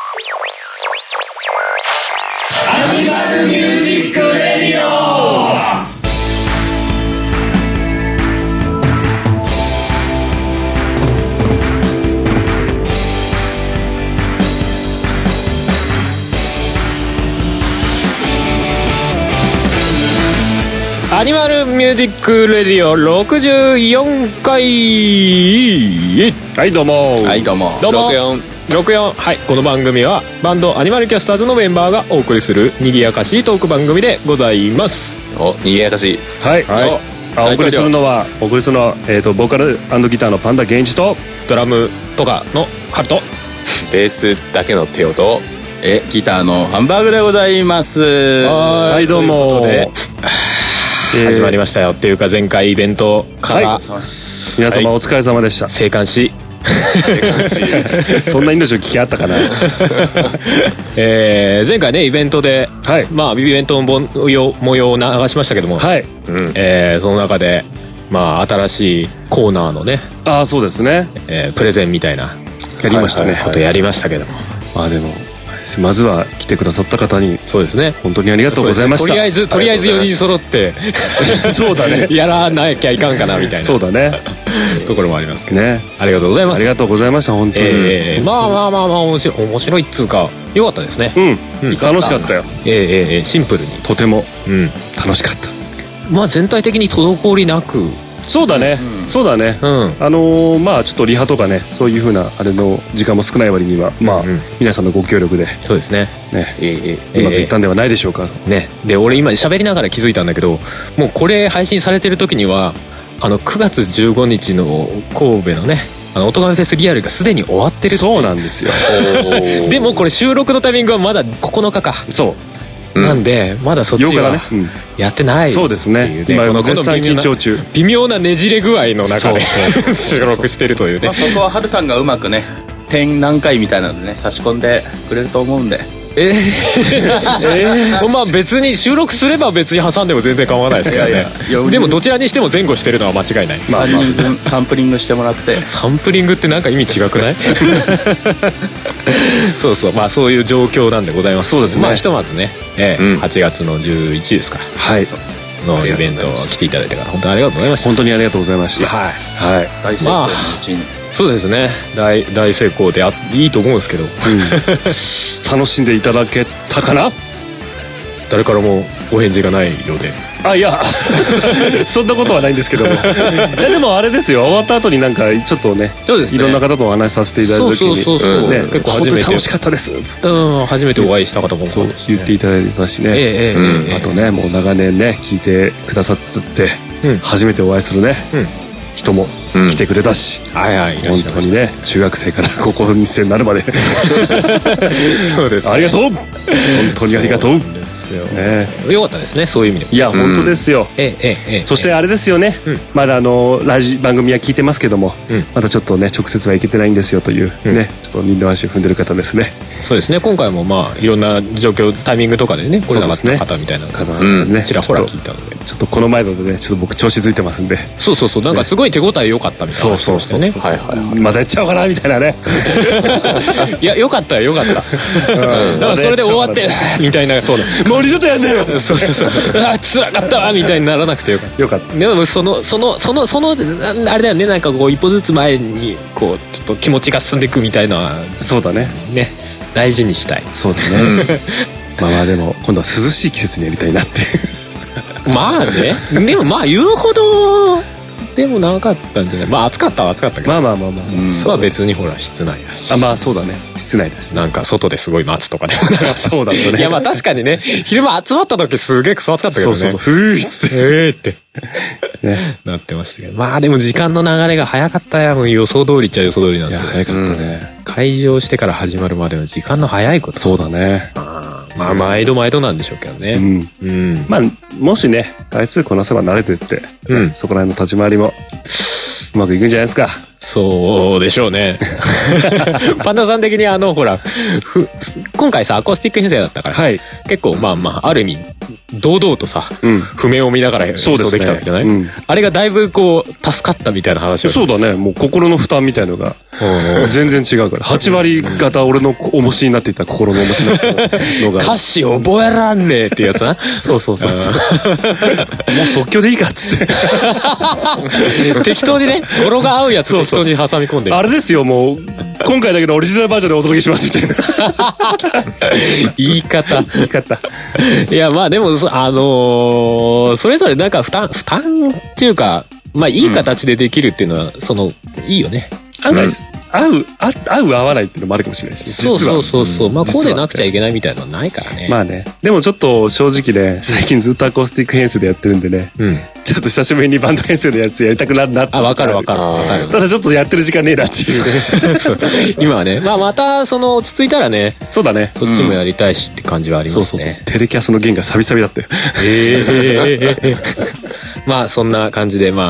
アニマルミュージックレディオ。アニマルミュージックレディオ64回。 はいどうも。 はいどうも。 どうも 64。 はい、この番組はバンドアニマルキャスターズのメンバーがお送りする賑やかしいトーク番組でございます。 お、賑やかしい。 はい、お送りするのはボーカル&ギターのパンダ源一と、 ドラムとかのハルト、 ベースだけのテオと、ギターのハンバーグでございます。 はいどうも。 ということで始まりましたよっていうか、前回イベントから、 皆様お疲れ様でした。 生還しそんな命の危険あったかな。 前回ねイベントで、 はい、 まあイベントの模様を流しましたけども、 はい、 その中でまあ新しいコーナーのね、 ああそうですね、 プレゼンみたいなやりましたね、 ことやりましたけども、 まあでもまずは来てくださった方にそうですね、 本当にありがとうございました。 とりあえず4人揃ってそうだねやらなきゃいかんかなみたいな、 そうだねところもありますけどね。 ありがとうございます。 ありがとうございました本当に。 まあ面白いっつうか良かったですね。 楽しかったよ。 シンプルにとても楽しかった。 まあ全体的に滞りなく。 そうだね、そうだね、まあちょっとリハとかね、そういう風なあれの時間も少ない割には、まあ皆さんのご協力でそうですね、 うまくいったんではないでしょうかね。で俺今喋りながら気づいたんだけど、もうこれ配信されてる時には9月15日の神戸のねオトガメフェスリアルがすでに終わってるっていう。 そうなんですよでもこれ収録のタイミングはまだ9日か。 そうなんでまだそっちはやってない。 そうですね、今絶賛緊張中、 微妙なねじれ具合の中で収録してるというね。 そこはハルさんがうまくね、点何回みたいなのでね差し込んでくれると思うんで。 まあ別に収録すれば別に挟んでも全然構わないですけどね。でもどちらにしても前後してるのは間違いない。 3人分サンプリングしてもらって。 サンプリングってなんか意味違くない？そうそう、まあそういう状況なんでございます。 そうですね。 まあひとまずね、8月の11ですか、 はい、 のイベント来ていただいてから本当にありがとうございました。 本当にありがとうございました。 はい、大成功のうちに。 そうですね、大成功でいいと思うんですけど、 楽しんでいただけたかな。 誰からもお返事がないようで。 いやそんなことはないんですけどもでもあれですよ、終わった後になんかちょっとね、いろんな方とお話しさせていただいた時に結構初めて楽しかったですっつって、 初めてお会いした方もそう言っていただいてたしね。あとね、もう長年ね聞いてくださって初めてお会いするね人も来てくれたし、本当にね、中学生から高校2生になるまでそうです、 ありがとう、本当にありがとう。 よかったですね、そういう意味でも。 いや本当ですよ。そしてあれですよね、まだ番組は聞いてますけども、まだちょっとね直接は行けてないんですよというね、ちょっと二の足を踏んでる方ですね。 そうですね、今回もまあいろんな状況タイミングとかでね来れなかった方みたいなのちらほら聞いたので、ちょっとこの前のでねちょっと僕調子づいてますんで。 そうなんかすごい手応え良かったみたいな話をしてね、 またやっちゃおうかなみたいなね。 いや良かったよ、良かった。だからそれで終わってみたいな、 もう二度とやんなよそう辛かったわみたいにならなくてよかった。でもそのあれだよね、なんかこう一歩ずつ前にこうちょっと気持ちが進んでいくみたいな。 そうだね、 大事にしたい。 そうだねまあでも今度は涼しい季節にやりたいなってまあね、でもまあ言うほどでもなかったんじゃない。まあ暑かったは暑かったけど、まあそうは別にほら室内だし。 まあそうだね、室内だし、 なんか外ですごい待つとかでもなかった。 そうだったね。 いやまあ確かにね、昼間集まった時すげえクソ暑かったけどね。 そうふーっつってなってましたけど、まあでも時間の流れが早かったよ。予想通りっちゃ予想通りなんですけど、 早かったね。 開場してから始まるまでの時間の早いこと。 そうだね。 まあ毎度なんでしょうけどね。 まあもしね回数こなせば慣れてって、そこら辺の立ち回りもうまくいくんじゃないですか。 そうでしょうね。パンダさん的にほら今回さアコースティック編成だったから、結構まあある意味堂々とさ、譜面を見ながら演奏できたわけじゃない？あれがだいぶこう助かったみたいな話を。 そうだね。もう心の負担みたいのが全然違うから。8割方俺の重しになっていた心の重しになったのが。 歌詞覚えらんねえっていうやつな。 そうそうそう。もう即興でいいかっつって。 適当にね、語呂が合うやつ適当に挟み込んで。 あれですよ、もう今回だけのオリジナルバージョンでお届けしますみたいな。 言い方。いや、まあでも、それぞれなんか負担っていうか、まあいい形でできるっていうのは、いいよね。 合う合わないっていうのもあるかもしれないし。 そう。まあこうでなくちゃいけないみたいなのはないからね。 まあね。でもちょっと正直ね、最近ずっとアコースティック編成でやってるんでね。ちょっと久しぶりにバンド編成のやつやりたくなるなって。 わかる。ただちょっとやってる時間ねえなっていうね。 今はね。まあまた落ち着いたらね。 そうだね。 そっちもやりたいしって感じはありますね。そう。 テレキャスの弦がサビサビだったよ。 まあそんな感じで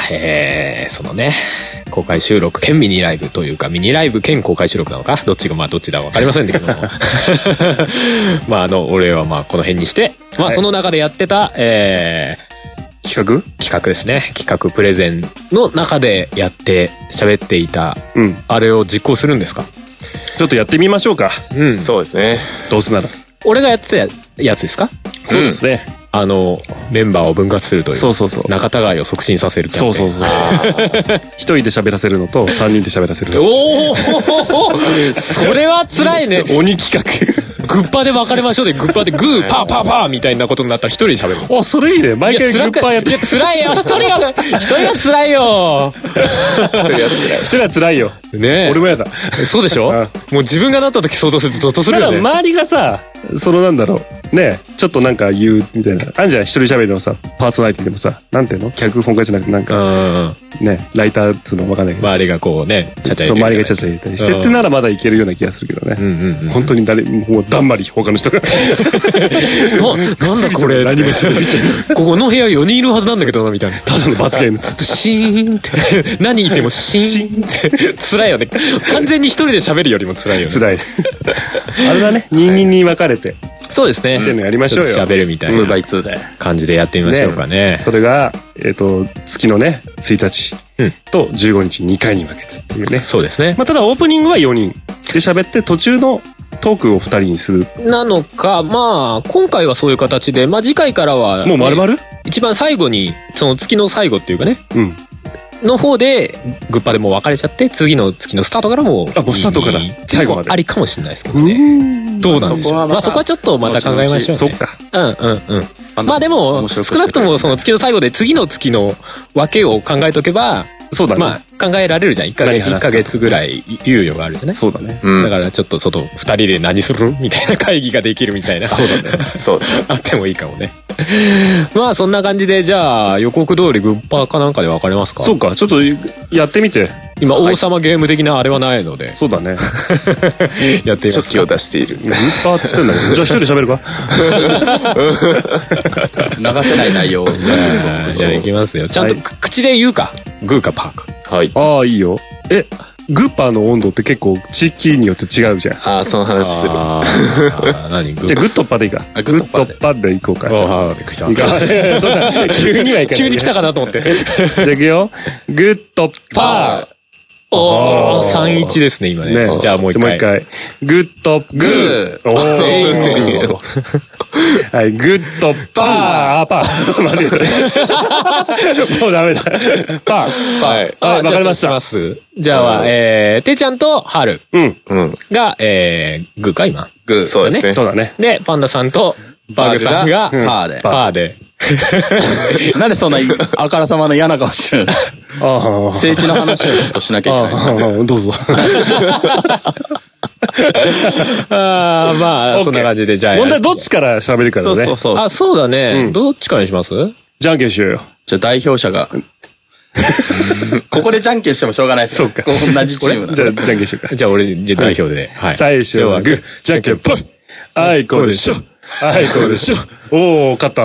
公開収録兼ミニライブというか、ミニライブ兼公開収録なのかどっちだか分かりませんけども。まあ俺はまあこの辺にして、まあその中でやってた、 企画ですね。企画プレゼンの中でやって喋っていた、あれを実行するんですか？ ちょっとやってみましょうか。 そうですね。 どうせなら。 俺がやってたやつですか？ そうですね。 メンバーを分割するという。 そう。 仲違いを促進させるキャンペーン。 そう。一人で喋らせるのと三人で喋らせるの。 おおそれは辛いね。 鬼企画。 グッパで分かれましょうで、グッパでグーパーパーパーみたいなことになったら一人で喋る。 それいいね。毎回グッパーやって。 いや、辛いよ。一人は辛いよ。 一人は辛いよ。 ねえ。 俺もやだ。 そうでしょ？もう自分がなった時想像するとゾッとするよね。 周りがさ、なんだろう。ねちょっとなんか言うみたいな。あんじゃん、一人喋りのさ、パーソナリティでもさ、なんていうの？脚本家じゃなくてなんか、ね、ライターっつうの分かんないけど。 周りがこうね、 ちゃちゃ入れたり。周りがちゃちゃ入れたりしてってならまだいけるような気がするけどね。本当にもうだんまり他の人が。なんだこれ。何もしないみたいな。この部屋4人いるはずなんだけどな、みたいな。 ただの罰ゲーム。 ずっとシーンって。何言ってもシーンって。辛いよね。完全に一人で喋るよりも辛いよね。 辛い。あれだね、人に分かれて。 そうですね。 っていうのやりましょうよ。 喋るみたいな。 2x2 で。 感じでやってみましょうかね。 それが、月のね、1日と15日2回に分けてっていうね。 そうですね。 まあ、ただオープニングは4人で喋って途中のトークを2人にする。 なのか、まあ、今回はそういう形で、まあ次回からは、 もう丸々？ 一番最後に、月の最後っていうかね。の方でグッパでもう別れちゃって、次の月のスタートからもうスタートから最後までありかもしれないですけどね。どうなんでしょう。まあそこはちょっとまた考えましょうね。 そっか。 まあでも少なくともその月の最後で次の月の分けを考えとけば、 そうだね。 まあ考えられるじゃん。1ヶ月ぐらい猶予があるじゃない。 そうだね。 だからちょっと2人で何するみたいな会議ができるみたいな。 そうだね。 そうですね。 あってもいいかもね。まあそんな感じで、じゃあ予告通りグッパーかなんかで分かれますか？ そうか、ちょっとやってみて。 今王様ゲーム的なあれはないので。 そうだね。 やってみますか。 チョッキを出している。 グッパーっつってんだけど、じゃあ一人喋るか？ 流せない内容。 じゃあ行きますよ。ちゃんと口で言うか。グーかパーか。 はい。 ああ、いいよ。グッパーの温度って結構地域によって違うじゃん。 ああ、その話する。 何？ じゃあグッドッパでいいか。グッドッパでいこうか。 ああ、びっくりした。 そうだ、急にはいかない。 急に来たかなと思って。 じゃあ行くよ。グッドッパー。 おー、3-1ですね、今ね。じゃあもう一回。 グッドグー。 全員グー。 はい、グッドパー。パー。間違えた。もうダメだ。パー。 はい。 わかりました。 じゃあ、ていちゃんとハルが、グーか今。 グー。そうですね。 そうだね。 で、パンダさんとバグさんがパーで。 パーで。 なんでそんなあからさまの嫌な顔してるんですか？政治の話をちょっとしなきゃいけない。 どうぞ。 まあ、そんな感じで、じゃあ。 問題どっちから喋るからね。 そう。 あ、そうだね。どっちからにします？ じゃんけんしようよ。 じゃあ代表者が。ここでじゃんけんしてもしょうがないですよ。そうか。同じチームなんで。 じゃあ、じゃんけんしようか。 じゃあ、俺、代表で。はい。 最初はグー、じゃんけんぽい。あいこでしょ。あいこでしょ。おー、勝った。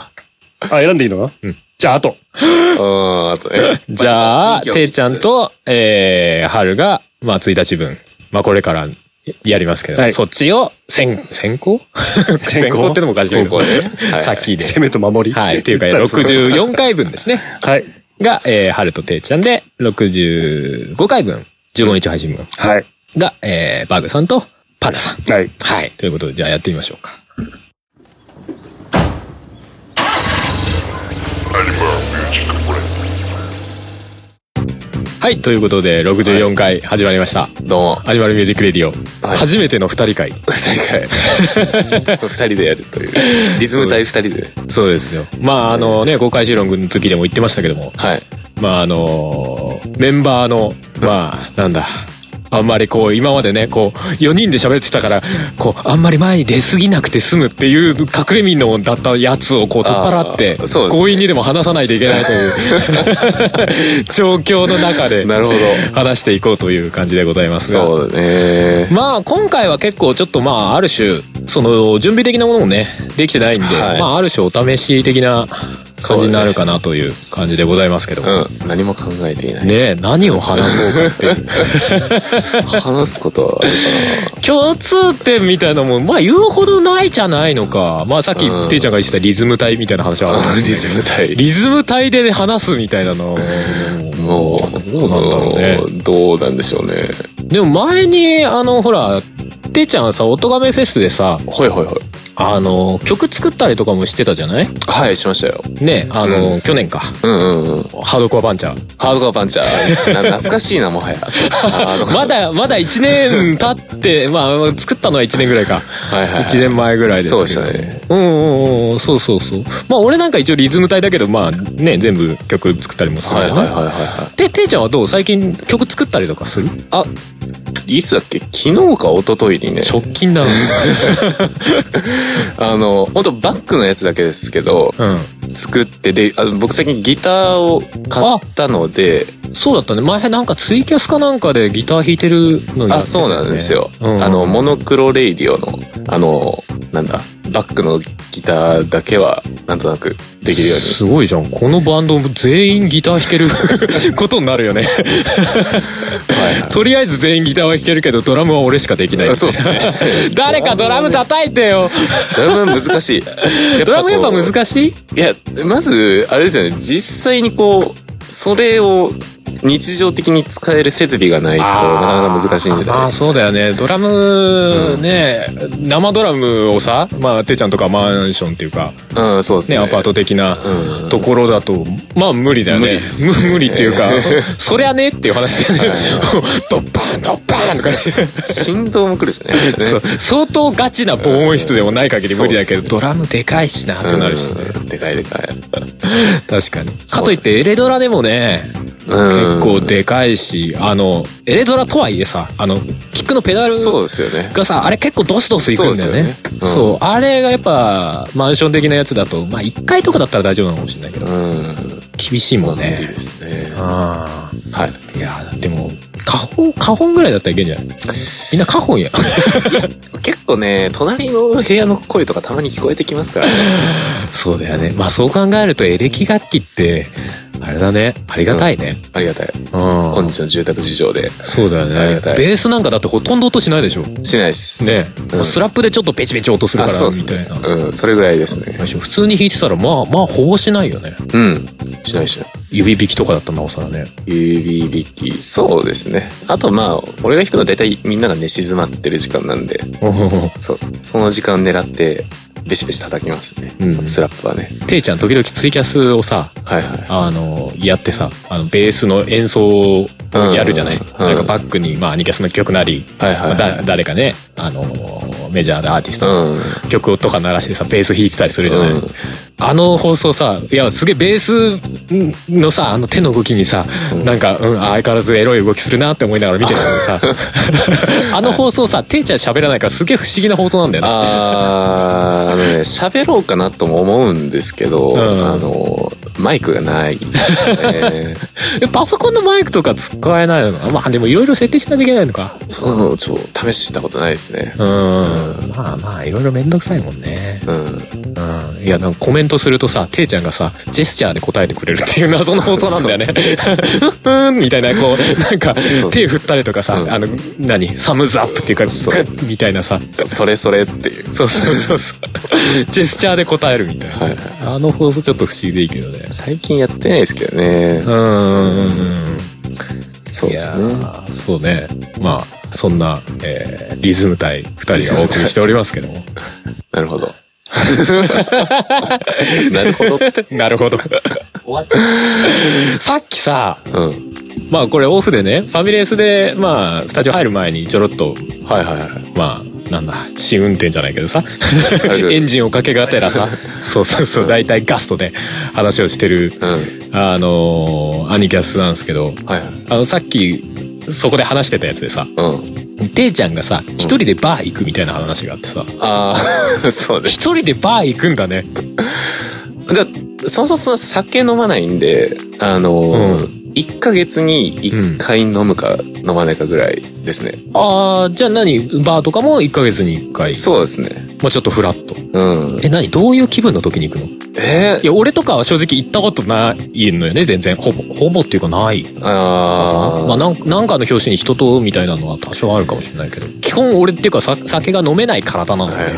選んでいいの？じゃあ、あと。 あとね。 じゃあ、ていちゃんと、春が、まあ、1日分。まあ、これからやりますけど、そっちを先行先行ってのもおかしいけど、先で。 攻めと守り。 はい。っていうか、64回分ですね。 はい。 が、春とていちゃんで、65回分、15日配信分。 はい。 が、バグさんとパンダさん。 はい。 はい。ということで、じゃあやってみましょうか。はい、ということで、64回始まりました。 どうも。 アニマルミュージックレディオ。初めての2人会。 2人でやるという。リズム隊2人で。 そうですよ。まあ、公開収録の時でも言ってましたけども。 はい。 まあ、メンバーの、まあ、なんだ。あんまりこう、今までね、こう、4人で喋ってたから、こう、あんまり前に出過ぎなくて済むっていう隠れみのだったやつをこう、取っ払って、強引にでも話さないといけないという状況の中で、 なるほど。 話していこうという感じでございますが。 そうだね。 まあ、今回は結構ちょっとまあ、ある種、その、準備的なものもね、できてないんで、まあ、ある種お試し的な、感じになるかなという感じでございますけども。 何も考えていない。 ねえ、何を話そうかっていう。 話すことはあるかな。 共通点みたいなもん、まあ言うほどないじゃないのか。まあさっきていちゃんが言ってたリズム隊みたいな話はある。 リズム隊。 リズム隊で話すみたいなの。 もう、 どうなんだろうね。 どうなんでしょうね。 でも前に、ほら、ていちゃんはさ、音亀フェスでさ、 はいはいはい。 曲作ったりとかもしてたじゃない？ はい、しましたよ。 ね、去年か。ハードコアパンチャー。 ハードコアパンチャー。懐かしいな、もはや。 まだ1年経って、まあ、作ったのは1年ぐらいか。 はいはい。 1年前ぐらいですけど。 そうでしたね。 そうそうそう。まあ、俺なんか一応リズム隊だけど、まあ、ね、全部曲作ったりもするじゃない？はい。で、ていちゃんはどう？最近曲作ったりとかする？ いつだっけ？昨日か一昨日にね。 直近だな。 本当バックのやつだけですけど、作って、で、僕最近ギターを買ったので、 そうだったね。前なんかツイキャスかなんかでギター弾いてるのに、ね。 そうなんですよ。モノクロレイディオの、なんだ、バックのギターだけは、なんとなくできるように。 すごいじゃん。このバンド全員ギター弾けることになるよね。はい。とりあえず全員ギターは弾けるけど、ドラムは俺しかできない。 そうですね。 誰かドラム叩いてよ。 ドラムは難しい。 ドラムやっぱ難しい？ いや、まず、あれですよね。実際にこう、それを、日常的に使える設備がないとなかなか難しいんじゃない？ そうだよね。ドラム、ね、生ドラムをさ、まあ、ていちゃんとかマンションっていうか、 そうですね。 アパート的なところだと、まあ無理だよね。無理っていうか、そりゃねっていう話でね。ドッパーンドッパーンとかね。 振動も来るしね。 相当ガチな防音室でもない限り無理だけど、ドラムでかいしなってなるしね。 でかい。 確かに。かといってエレドラでもね、結構でかいし、エレドラとはいえさ、キックのペダルがさ、あれ結構ドスドスいくんだよね。そう、あれがやっぱ、マンション的なやつだと、まあ1階とかだったら大丈夫なのかもしれないけど、厳しいもんね。 いいですね。 はい。いや、でも、花本ぐらいだったらいけんじゃない？みんな花本や。 結構ね、隣の部屋の声とかたまに聞こえてきますからね。 そうだよね。まあそう考えるとエレキ楽器って、あれだね。ありがたいね。 ありがたい。今日の住宅事情で。 そうだよね。 ありがたい。 ベースなんかだってほとんど音しないでしょ？ しないです。 ね。スラップでちょっとペチペチ音するからみたいな。 それぐらいですね。 普通に弾いてたらまあほぼしないよね。 しない。 指弾きとかだったらなおさらね。 指弾き。そうですね。あとまあ、俺が弾くのは大体みんながね、静まってる時間なんで。その時間狙って、ベシベシ叩きますね。スラップはね。 ていちゃん時々ツイキャスをさ、やってさ、ベースの演奏をやるじゃない？なんかバックに、まあ、アニキャスの曲なり、誰かね、メジャーでアーティストの曲とか鳴らしてさ、ベース弾いてたりするじゃない？放送さ、いや、すげえベースのさ、手の動きにさ、なんか、相変わらずエロい動きするなって思いながら見てたのにさ、放送さ、ていちゃん喋らないからすげえ不思議な放送なんだよね。 喋ろうかなとも思うんですけど、 マイクがないですね。 パソコンのマイクとか使えないのかな。まあでもいろいろ設定しないといけないのか。 そう、試したことないですね。 まあいろいろめんどくさいもんね。いや、なんかコメントするとさ、ていちゃんがさ、ジェスチャーで答えてくれるっていう謎の放送なんだよね。みたいな、こう、なんか、手振ったりとかさ、サムズアップっていうか、グッみたいなさ。 それっていう。 そう。ジェスチャーで答えるみたいな。あの放送ちょっと不思議でいいけどね。 最近やってないですけどね。そうですね。 そうね。まあ、そんな、リズム隊2人がお送りしておりますけども。 なるほど。 なるほど。終わっちゃう。さっきさ、まあこれオフでね、ファミレスで、まあ、スタジオ入る前にちょろっと、まあ、なんだ、試運転じゃないけどさ、エンジンをかけがてらさ、そう、だいたいガストで話をしてる、アニキャスなんですけど、さっき、そこで話してたやつでさ、ていちゃんがさ、一人でバー行くみたいな話があってさ、 そうね。 一人でバー行くんだね。 そもそも酒飲まないんで、1ヶ月に1回飲むか飲まないかぐらいですね。 じゃあ何バーとかも1ヶ月に1回？ そうですね。 まあちょっとフラット。どういう気分の時に行くの？いや、俺とかは正直行ったことないのよね、全然。ほぼっていうかない。まあなんかの表紙に人とみたいなのは多少あるかもしれないけど。基本俺っていうか酒が飲めない体なので。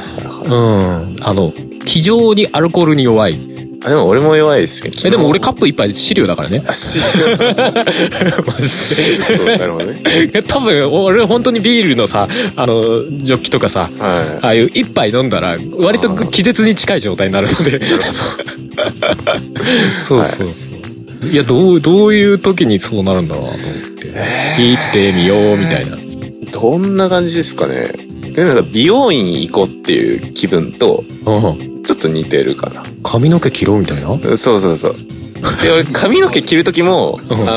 非常にアルコールに弱い。 でも俺も弱いですね。 でも俺カップ一杯で試料だからね。 試料マジで。そう、なるほどね。 多分俺本当にビールのさ、ジョッキとかさ、ああいう一杯飲んだら割と気絶に近い状態になるので。なるほど。そう。いや、どういう時にそうなるんだろうなと思って。聞いてみようみたいな。 どんな感じですかね。なんか美容院行こうっていう気分と、ちょっと似てるかな。 髪の毛切ろうみたいな？ そう。で、俺髪の毛切る時も、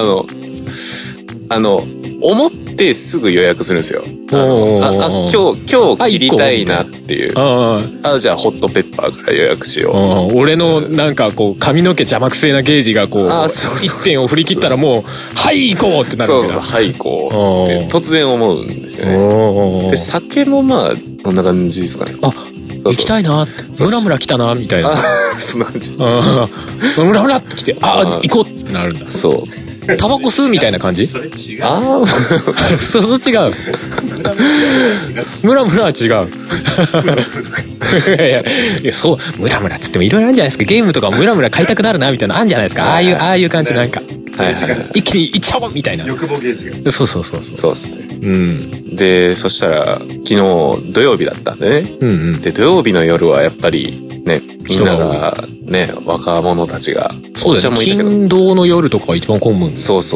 思ってすぐ予約するんですよ。今日切りたいなっていう。じゃあホットペッパーから予約しよう。 俺のなんかこう髪の毛邪魔くせえなゲージがこう一点を振り切ったらもうはい行こうってなるわけだ。 そうはい行こうって突然思うんですよね。で酒もまあこんな感じですかね。 行きたいなってムラムラ来たなみたいな。 そんな感じ。 ムラムラって来て行こうってなるんだ。 そう。 タバコ吸うみたいな感じ？ それ違う。 そう違う。ムラムラは違う。いや、そう、ムラムラっつってもいろいろあるんじゃないですか。ゲームとかムラムラ買いたくなるなみたいなのあるんじゃないですか。ああいう感じなんか。一気にいっちゃおうみたいな。 欲望ゲージが。 そう。 そうですね。で、そしたら、昨日土曜日だったんでね。で、土曜日の夜はやっぱり、ね、みんなが、ね、若者たちが。 そうだね。金土の夜とかが一番混むんだろうね。 そう。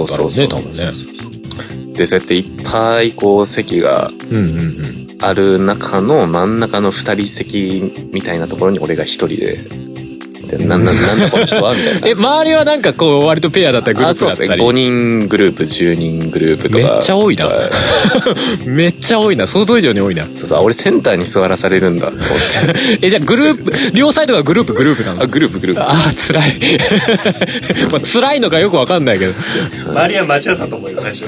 で、そうやっていっぱいこう席がある中の真ん中の2人席みたいなところに俺が一人で。なんだこの人はみたいな。 周りはなんかこう割とペアだったりグループだったり。 そうですね。5人グループ、10人グループとか。 めっちゃ多いな。めっちゃ多いな。想像以上に多いな。 そう、俺センターに座らされるんだと思って。 じゃあグループ、両サイドがグループなの？ グループ。 辛い。まあ辛いのかよくわかんないけど。 周りは待ち合わせだと思うよ、最初。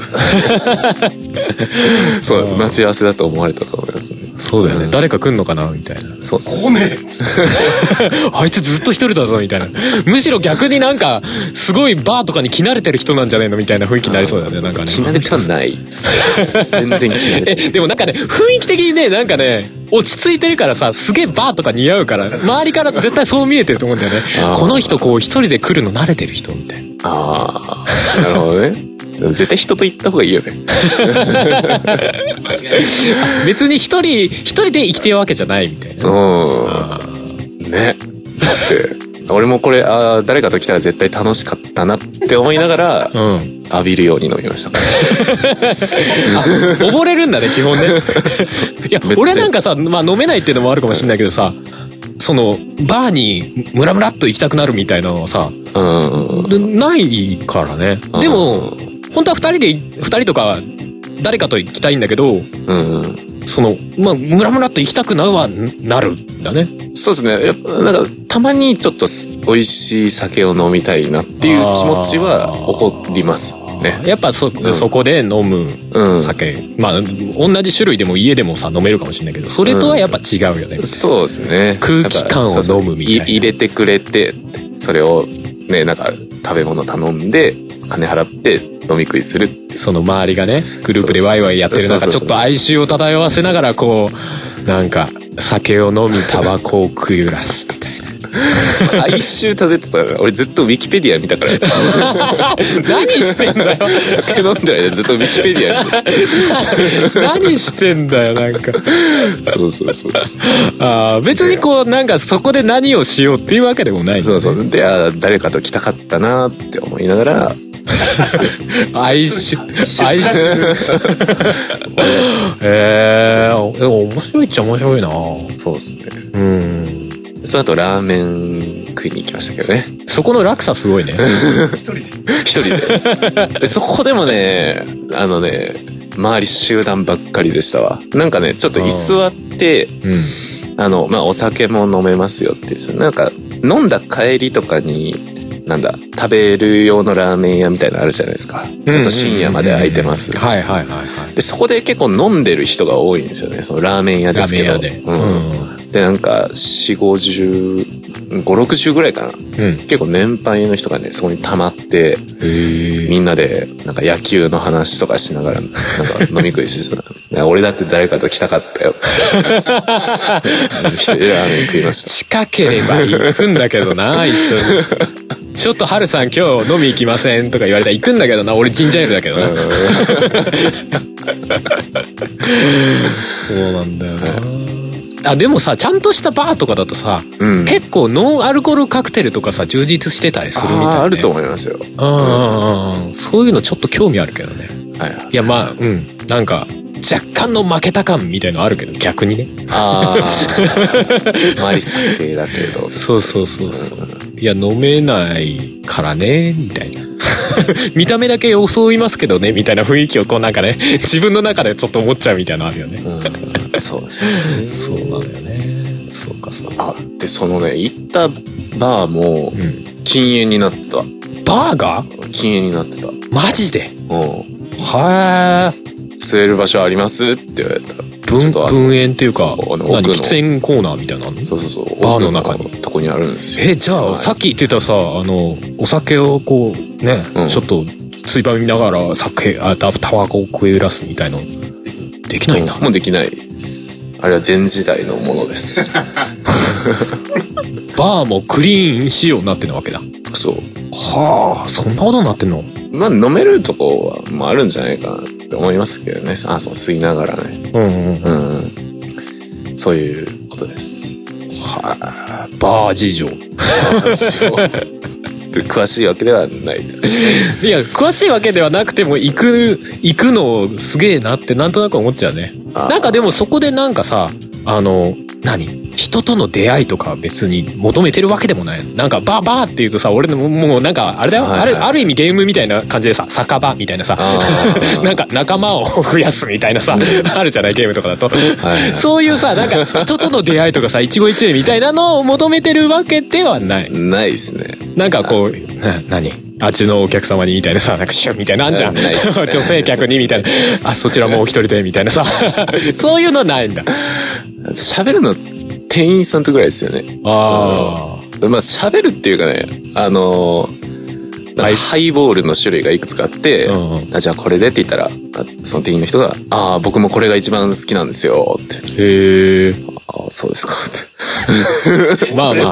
そう、待ち合わせだと思われたと思いますね。 そうだよね。誰か来んのかなみたいな。 そう。 来ねえっつって。 あいつずっと一人だぞみたいな。むしろ逆になんかすごいバーとかに着慣れてる人なんじゃねえのみたいな雰囲気になりそうだよね。なんかね。 着慣れてはない。全然着慣れて。 でもなんかね、雰囲気的にね、なんかね、落ち着いてるからさ、すげえバーとか似合うから、周りから絶対そう見えてると思うんだよね。この人こう一人で来るの慣れてる人みたいな。 なるほどね。絶対人と行った方がいいよね。 別に一人で生きてるわけじゃないみたいな。 ね。だって俺もこれ誰かと来たら絶対楽しかったなって思いながら、浴びるように飲みました。 溺れるんだね基本ね。いや俺なんかさ、まあ飲めないっていうのもあるかもしれないけどさ、そのバーにムラムラっと行きたくなるみたいなのはさ、ないからね。でも本当は2人とか誰かと行きたいんだけど、 まあ、ムラムラっと行きたくなるんだね。 そうですね。やっぱ、なんか、たまにちょっと美味しい酒を飲みたいなっていう気持ちは起こりますね。 やっぱそこで飲む酒、まあ、同じ種類でも家でもさ、飲めるかもしれないけど、それとはやっぱ違うよね。 そうですね。 空気感を飲むみたいな。 入れてくれて、それをね、なんか、食べ物頼んで、金払って飲み食いするってその周りがねグループでワイワイやってる中ちょっと哀愁を漂わせながらこうなんか酒を飲みタバコを食いらすみたいな哀愁漂ってたから俺ずっとウィキペディア見たから何してんだよ酒飲んでる間ずっとウィキペディア見て何してんだよなんかそう別にこうなんかそこで何をしようっていうわけでもないんだ、ね、 そうで誰かと来たかったなって思いながら哀愁面白いっちゃ面白いな。 そうですね。その後ラーメン食いに行きましたけどね。 そこの落差すごいね。 一人で。そこでもね、周り集団ばっかりでしたわ。なんかね、ちょっと居座って、まあ、お酒も飲めますよって、なんか、飲んだ帰りとかに、なんだ、食べる用のラーメン屋みたいなのあるじゃないですか。ちょっと深夜まで空いてます。 はいはいはい。 で、そこで結構飲んでる人が多いんですよね。そのラーメン屋ですけど。で、なんか、50、60ぐらいかな。結構年配の人がね、そこに溜まって、みんなで、なんか野球の話とかしながら、なんか飲み食いしてた。俺だって誰かと来たかったよ。一人でラーメン食いました。 近ければ行くんだけどな、一緒に。ちょっとハルさん今日飲み行きませんとか言われたら行くんだけどな、俺ジンジャーエールだけどな。そうなんだよな。でもさ、ちゃんとしたバーとかだとさ、結構ノンアルコールカクテルとかさ、充実してたりするみたいな、ね。 あると思いますよ。 そういうのちょっと興味あるけどね。いや、まあ、なんか、若干の負けた感みたいのあるけど、逆にね。 周り酒だけど。 そう。いや、飲めないからね、みたいな。見た目だけ装いますけどね、みたいな雰囲気をこうなんかね、自分の中でちょっと思っちゃうみたいなのあるよね。 そうですね。 そうなんだよね。そうか。 で、そのね、行ったバーも、禁煙になった。 バーが禁煙になってた。 マジで？ はー。吸える場所ありますって言われたら。 分煙っていうか、喫煙コーナーみたいなの？ そう。 バーの中に。 とこにあるんですよ。 じゃあ、さっき言ってたさ、お酒をこう、ね、ちょっと、ついばみながらタバコを食いらすみたいの、できないんだ。 もうできないです。あれは前時代のものです。 バーもクリーン仕様になってるわけだ。 そう。 はあ、そんなことになってんの？ まあ飲めるとこは、あるんじゃないかなって思いますけどね。そう吸いながらね。そういうことです。 はあ、バー事情。 詳しいわけではないですけどね。 いや、詳しいわけではなくても行くのすげえなってなんとなく思っちゃうね。なんかでもそこでなんかさ、人との出会いとか別に求めてるわけでもない。なんかバーって言うとさ、俺のもうなんかあれだよ、ある意味ゲームみたいな感じでさ、酒場みたいなさ、なんか仲間を増やすみたいなさ、あるじゃないゲームとかだと。そういうさ、なんか人との出会いとかさ、一期一会みたいなのを求めてるわけではない。 ないですね。 なんかこう、あっちのお客様にみたいなさ、なんかシュッみたいなあんじゃん。女性客にみたいな。そちらもお一人でみたいなさ。そういうのはないんだ。 喋るの店員さんとぐらいですよね。まあ喋るっていうかね、なんかハイボールの種類がいくつかあって、じゃあこれでって言ったら、その店員の人が、僕もこれが一番好きなんですよって。 へー。 そうですかって。 まあ。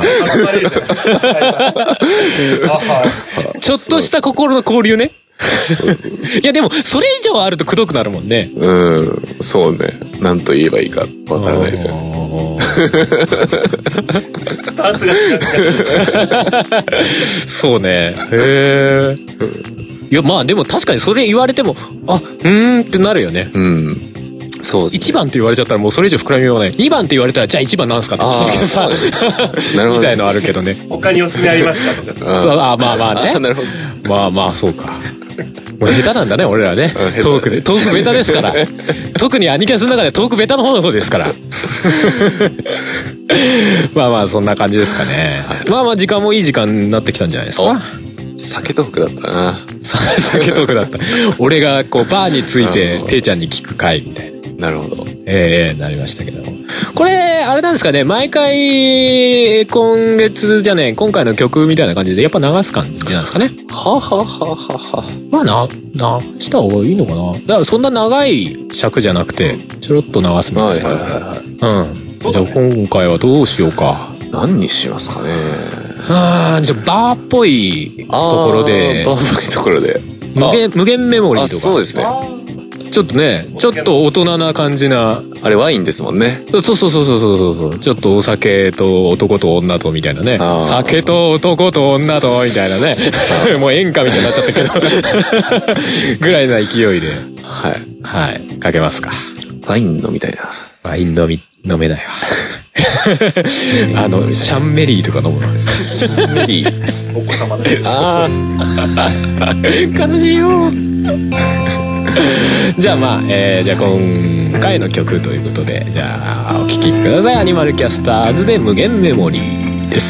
ちょっとした心の交流ね。いやでもそれ以上あるとくどくなるもんね。 そうね。何と言えばいいかわからないですよ。 スタンスが違う。 そうね。へえ。いやまあでも確かにそれ言われてもってなるよね。 そうですね。 1番って言われちゃったらもうそれ以上膨らみようがない。2番って言われたらじゃあ1番なんすかって聞くけどさ、なるほどみたいのあるけどね。 他におすすめありますかとかさ。 まあね。 なるほど。 まあそうか。 もう下手なんだね、俺らね。トークベタですから。特にアニキャスの中でトークベタの方ですから。まあまあ、そんな感じですかね。まあまあ、時間もいい時間になってきたんじゃないですか。 酒トークだったな。 酒トークだった。俺がこう、バーについて、ていちゃんに聞く回みたいな。 なるほど。 なりましたけども。これ、あれなんですかね、毎回、今回の曲みたいな感じで、やっぱ流す感じなんですかね。 はははは。 まあ流した方がいいのかな。だからそんな長い尺じゃなくて、ちょろっと流すみたいな。じゃあ今回はどうしようか。 何にしますかね。 じゃあバーっぽいところで。 バーっぽいところで。 無限メモリーとか。 そうですね。 ちょっとね、ちょっと大人な感じな。 あれワインですもんね。 そう。ちょっとお酒と男と女とみたいなね。酒と男と女とみたいなね。もう演歌みたいになっちゃったけど。ぐらいな勢いで。はい。かけますか。 ワイン飲みたいな。 ワイン飲めないわ。シャンメリーとか飲むの。 シャンメリー。 お子様で。 悲しいよ。じゃあまあ、じゃあ今回の曲ということで、じゃあお聴きください。アニマルキャスターズで無限メモリーです。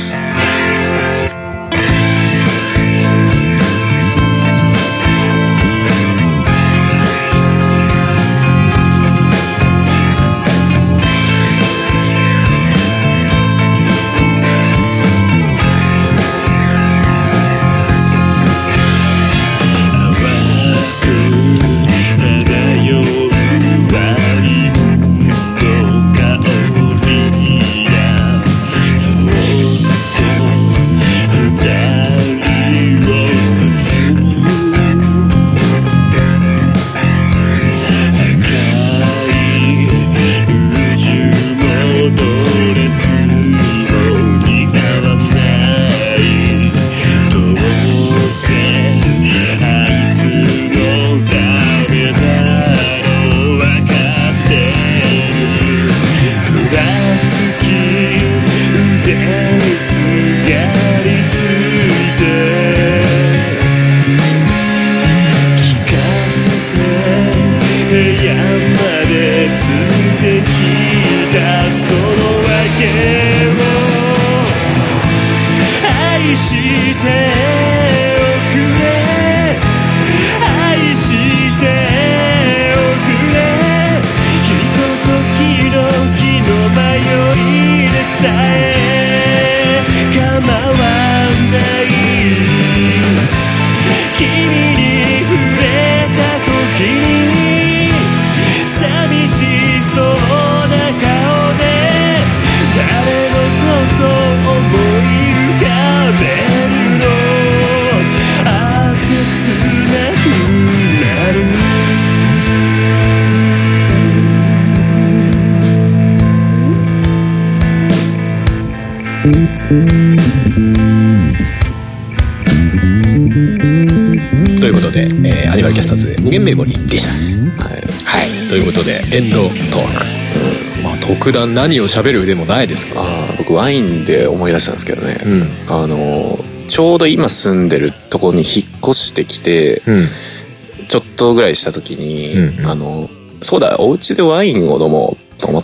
ということで、アニマルキャスターズで無限メモリーでした。はい。ということで、エンドトーク。まあ、特段何を喋るでもないですけど。 僕ワインで思い出したんですけどね。ちょうど今住んでるとこに引っ越してきて、ちょっとぐらいした時に、そうだ、お家でワインを飲もうと思って、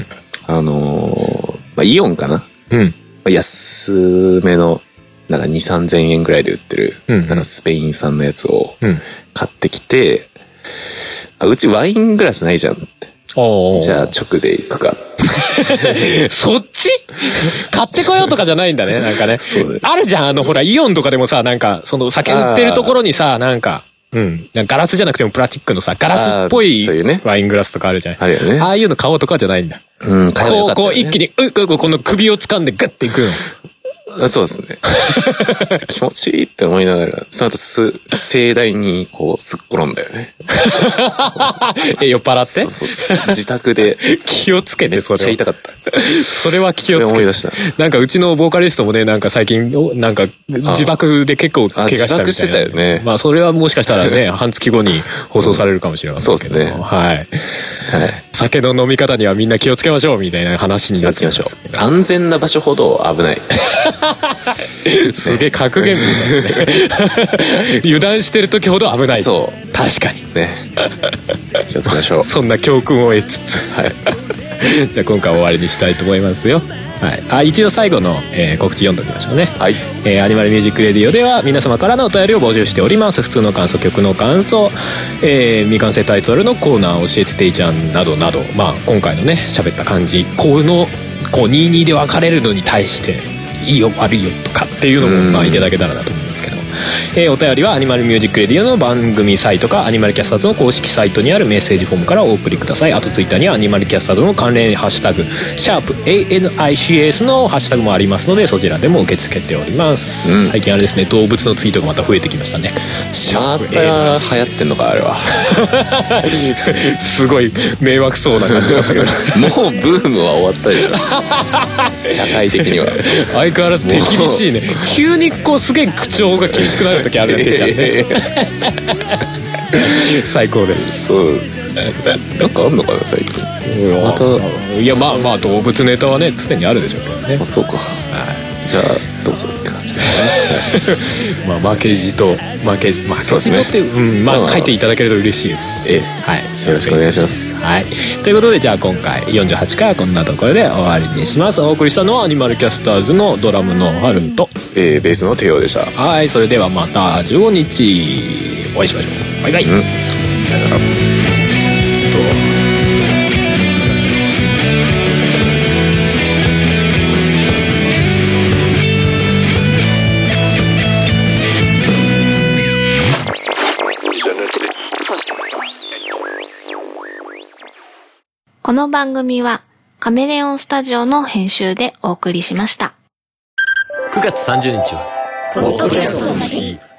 イオンかな、安めの、なんか2、3000円ぐらいで売ってる、なんかスペイン産のやつを買ってきて、うちワイングラスないじゃんって。じゃあ直で行くか。 そっち買ってこようとかじゃないんだね、なんかね。あるじゃん、ほら、イオンとかでもさ、なんか、その酒売ってるところにさ、なんか、ガラスじゃなくてもプラスチックのさ、ガラスっぽいワイングラスとかあるじゃん。あるよね。ああいうの買おうとかじゃないんだ。こう一気に、この首を掴んでグッていくの。 そうですね。気持ちいいって思いながら、その後盛大にこうすっ転んだよね。 酔っ払って？ そう自宅で。 気をつけて、それは。 めっちゃ痛かった。 それは気をつけて。 思い出した。 なんかうちのボーカリストもね、なんか最近、なんか自爆で結構怪我したみたいな。 自爆してたよね。 まあそれはもしかしたらね、半月後に放送されるかもしれませんけど。 そうですね。 はい。 酒の飲み方にはみんな気をつけましょうみたいな話になってましょう。 安全な場所ほど危ない。 すげえ格言みたいなね。油断してる時ほど危ない。 そう。 確かに。 ね。気をつけましょう。 そんな教訓を得つつ。はい。じゃあ今回終わりにしたいと思いますよ。はい。一度最後の、告知読んでおきましょうね。はい。アニマルミュージックレディオでは皆様からのお便りを募集しております。普通の感想、曲の感想、未完成タイトルのコーナー、教えてていちゃんなどなど、まあ今回のね、喋った感じ、こう22で分かれるのに対して、いいよ悪いよとかっていうのもまあいただけたらなと思いますけど、お便りはアニマルミュージックレディオの番組サイトかアニマルキャスターズの公式サイトにあるメッセージフォームからお送りください。あとツイッターにはアニマルキャスターズの関連ハッシュタグ#ANICS のハッシュタグもありますので、そちらでも受け付けております、最近あれですね、動物のツイートがまた増えてきましたね。 また流行ってんのかあれは。 すごい迷惑そうな感じだったけどもうブームは終わったでしょ。社会的には相変わらず手厳しいね。急にこうすげえ口調が厳しくなる時あるね、てっちゃんね。最高です。 そう。なんかあんのかな最近。 またいやまあ動物ネタはね常にあるでしょうけどね。 そうか。じゃあどうぞって感じですね。 まあ負けじとそうですね。まあ書いていただけると嬉しいです。 はい。よろしくお願いします。 はい。ということでじゃあ今回48回はこんなところで終わりにします。お送りしたのはアニマルキャスターズのドラムのハルンとベースのテオでした。 はい。それではまた15日お会いしましょう。バイバイ。さよなら。 この番組はカメレオンスタジオの編集でお送りしました。 9月30日はポッドキャストの日。